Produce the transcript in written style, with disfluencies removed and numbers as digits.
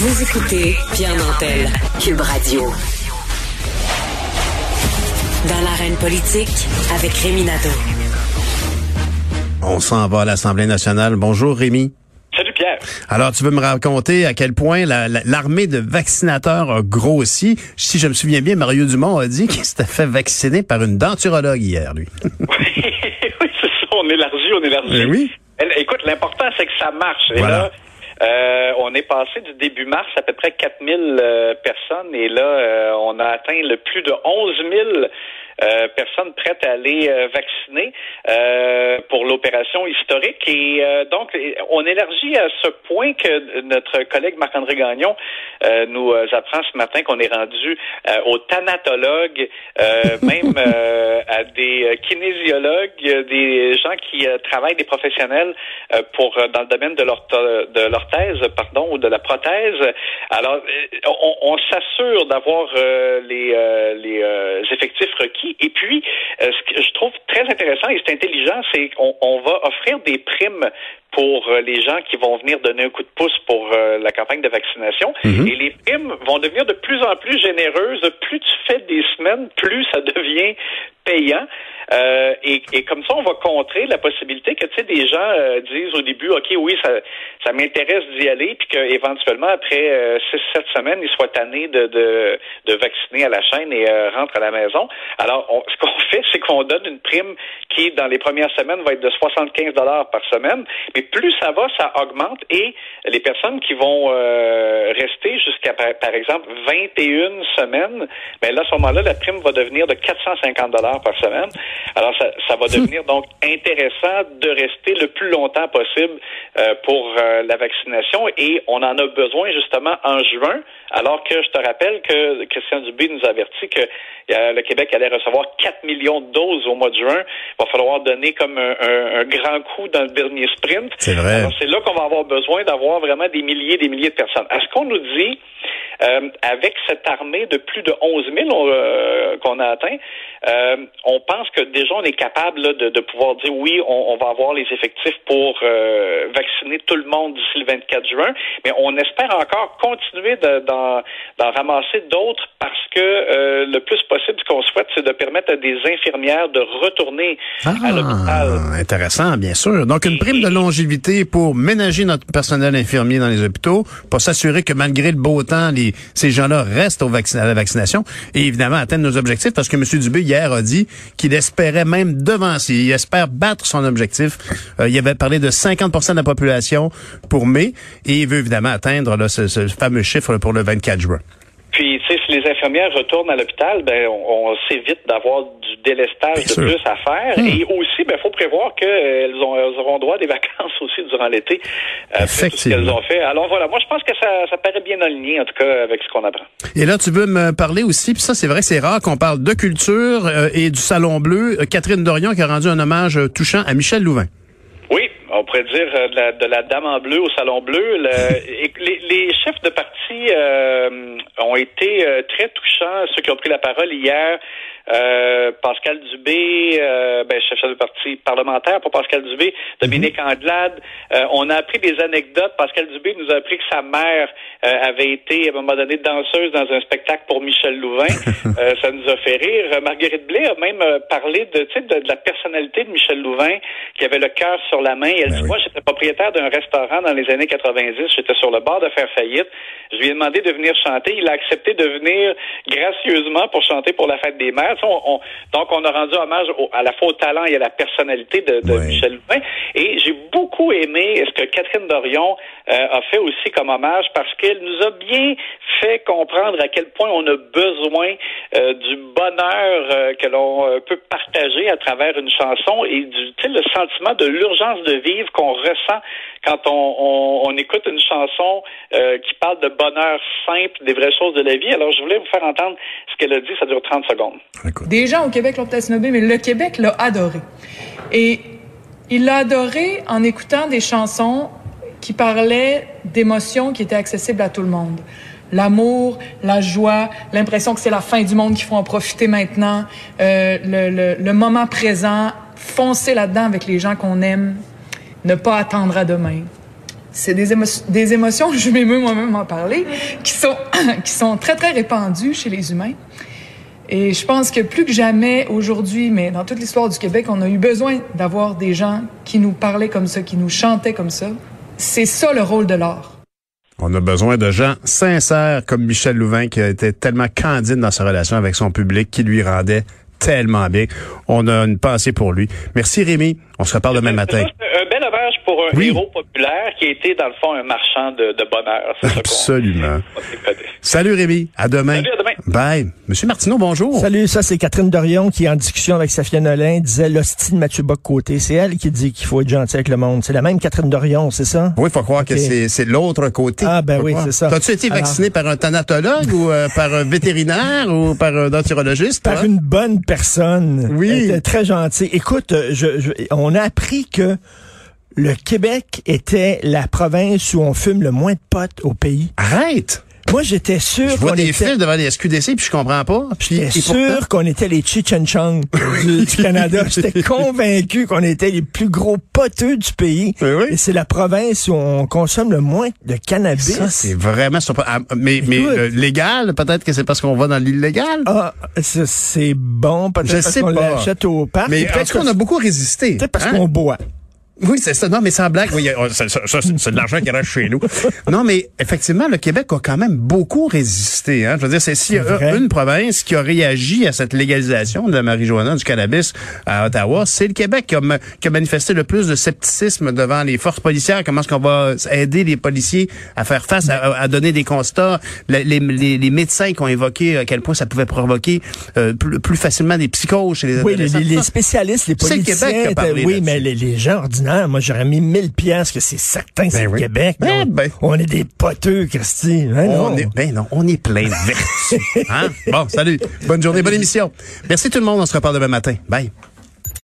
Vous écoutez Pierre Nantel, Cube Radio. Dans l'arène politique, avec Rémi Nadeau. On s'en va à l'Assemblée nationale. Bonjour Rémi. Salut Pierre. Alors, tu veux me raconter à quel point l'armée de vaccinateurs a grossi. Si je me souviens bien, Mario Dumont a dit qu'il s'était fait vacciner par une denturologue hier, lui. Oui, c'est ça, on élargit. Oui. Écoute, l'important, c'est que ça marche. Et voilà. Là, on est passé du début mars à peu près 4000 personnes et là, on a atteint le plus de 11 000 personnes prêtes à aller vacciner pour l'opération historique. Et donc, on élargit à ce point que notre collègue Marc-André Gagnon nous apprend ce matin qu'on est rendu aux thanatologues, même à des kinésiologues, des gens qui travaillent, des professionnels dans le domaine de l'orthèse, ou de la prothèse. Alors, on s'assure d'avoir les effectifs requis. Et puis, ce que je trouve très intéressant et c'est intelligent, c'est qu'on va offrir des primes pour les gens qui vont venir donner un coup de pouce pour la campagne de vaccination. Mm-hmm. Et les primes vont devenir de plus en plus généreuses. Plus tu fais des semaines, plus ça devient payant. Et comme ça, on va contrer la possibilité que, tu sais, des gens disent au début, OK, oui, ça m'intéresse d'y aller, puis qu'éventuellement, après 6-7 semaines, ils soient tannés de vacciner à la chaîne et rentrent à la maison. Alors, ce qu'on fait, c'est qu'on donne une prime qui, dans les premières semaines, va être de 75 $ par semaine. Mais plus ça va, ça augmente. Et les personnes qui vont rester jusqu'à, par exemple, 21 semaines, ben là, à ce moment-là, la prime va devenir de 450 $ par semaine. Alors, ça va devenir donc intéressant de rester le plus longtemps possible pour la vaccination. Et on en a besoin, justement, en juin, alors que je te rappelle que Christian Dubé nous a averti que le Québec allait recevoir 4 millions de doses au mois de juin. Il va falloir donner comme un grand coup dans le dernier sprint. C'est vrai. Alors, c'est là qu'on va avoir besoin d'avoir vraiment des milliers de personnes. À ce qu'on nous dit, avec cette armée de plus de 11 000 qu'on a atteint, on pense que déjà on est capable là, de pouvoir dire oui, on va avoir les effectifs pour vacciner tout le monde d'ici le 24 juin, mais on espère encore continuer d'en ramasser d'autres parce que le plus possible, ce qu'on souhaite, c'est de permettre à des infirmières de retourner à l'hôpital. Intéressant, bien sûr. Donc, une prime de longévité pour ménager notre personnel infirmier dans les hôpitaux, pour s'assurer que malgré le beau temps, ces gens-là restent à la vaccination et évidemment atteindre nos objectifs parce que M. Dubé, hier, a dit qu'il espérait même devancer. Il espère battre son objectif. Il avait parlé de 50 % de la population pour mai et il veut évidemment atteindre là, ce fameux chiffre pour le 24 juin. Puis, tu sais, si les infirmières retournent à l'hôpital, ben, on s'évite d'avoir du délestage de plus à faire. Et aussi, ben, faut prévoir qu'elles auront droit à des vacances aussi durant l'été. Après tout ce qu'elles ont fait. Alors voilà, moi, je pense que ça paraît bien aligné, en tout cas, avec ce qu'on apprend. Et là, tu veux me parler aussi, puis ça, c'est vrai, c'est rare qu'on parle de culture et du Salon Bleu. Catherine Dorion qui a rendu un hommage touchant à Michel Louvain. Oui, on pourrait dire de la dame en bleu au Salon Bleu. Les chefs de parti ont été très touchants, ceux qui ont pris la parole hier. Pascal Dubé, chef de parti parlementaire pour Pascal Dubé, Dominique Anglade. On a appris des anecdotes. Pascal Dubé nous a appris que sa mère avait été, à un moment donné, danseuse dans un spectacle pour Michel Louvain. Ça nous a fait rire. Marguerite Blais a même parlé de la personnalité de Michel Louvain, qui avait le cœur sur la main. Elle dit, moi, j'étais propriétaire d'un restaurant dans les années 90. J'étais sur le bord de faire faillite. Je lui ai demandé de venir chanter. Il a accepté de venir gracieusement pour chanter pour la fête des mères. Donc, on a rendu hommage à la fois au talent et à la personnalité de Michel Louvain. Et j'ai beaucoup aimé ce que Catherine Dorion a fait aussi comme hommage parce qu'elle nous a bien fait comprendre à quel point on a besoin du bonheur que l'on peut partager à travers une chanson et le sentiment de l'urgence de vivre qu'on ressent quand on écoute une chanson qui parle de bonheur simple, des vraies choses de la vie. Alors, je voulais vous faire entendre ce qu'elle a dit. Ça dure 30 secondes. Des gens au Québec l'ont peut-être snobé, mais le Québec l'a adoré. Et il l'a adoré en écoutant des chansons qui parlaient d'émotions qui étaient accessibles à tout le monde. L'amour, la joie, l'impression que c'est la fin du monde qu'il faut en profiter maintenant, le moment présent, foncer là-dedans avec les gens qu'on aime, ne pas attendre à demain. c'est des émotions, je m'émeus moi-même en parler, qui sont très, très répandues chez les humains. Et je pense que plus que jamais aujourd'hui, mais dans toute l'histoire du Québec, on a eu besoin d'avoir des gens qui nous parlaient comme ça, qui nous chantaient comme ça. C'est ça le rôle de l'art. On a besoin de gens sincères comme Michel Louvain, qui a été tellement candide dans sa relation avec son public, qui lui rendait tellement bien. On a une pensée pour lui. Merci Rémi. On se reparle demain matin. Un bel hommage pour un héros populaire qui a été, dans le fond, un marchand de bonheur. C'est absolument. Salut Rémi. À demain. Salut, à demain. Bye. Monsieur Martineau, bonjour. Salut, ça c'est Catherine Dorion qui, en discussion avec Safia Nolin, disait l'hostie de Mathieu Bock-Côté. C'est elle qui dit qu'il faut être gentil avec le monde. C'est la même Catherine Dorion, c'est ça? Oui, il faut croire que c'est l'autre côté. Ah ben oui, c'est ça. T'as-tu été vacciné par un thanatologue ou par un vétérinaire ou par un dentyrologiste? Par une bonne personne. Oui. Elle était très gentille. Écoute, on a appris que le Québec était la province où on fume le moins de pot au pays. Arrête! Moi, j'étais sûr je vois des fils devant les SQDC, puis je comprends pas. J'étais sûr qu'on était les Cheech and Chong du Canada. J'étais convaincu qu'on était les plus gros poteux du pays. Oui. Et c'est la province où on consomme le moins de cannabis. Ça, c'est vraiment surprenant. Mais légal, peut-être que c'est parce qu'on va dans l'illégal. Ah, c'est bon, peut-être parce qu'on l'achète au parc. Mais peut-être qu'on a beaucoup résisté. Peut-être parce qu'on boit. Oui, c'est ça. Non, mais sans blague, oui, ça, c'est de l'argent qui reste chez nous. Non, mais effectivement, le Québec a quand même beaucoup résisté. Hein. Je veux dire, s'il y a une province qui a réagi à cette légalisation de la marijuana, du cannabis à Ottawa, c'est le Québec qui a manifesté le plus de scepticisme devant les forces policières. Comment est-ce qu'on va aider les policiers à faire face, à donner des constats. Les médecins qui ont évoqué à quel point ça pouvait provoquer plus facilement des psychoses chez les adolescents. Oui, les spécialistes, les policiers. C'est le Québec qui a parlé oui, mais les gens ordinaires, moi, j'aurais mis 1000 piastres que c'est certain, c'est le Québec. On est des poteux, Christy. On est plein de vertus. Hein? Bon, salut. Bonne journée, bonne émission. Merci tout le monde. On se reparle demain matin. Bye.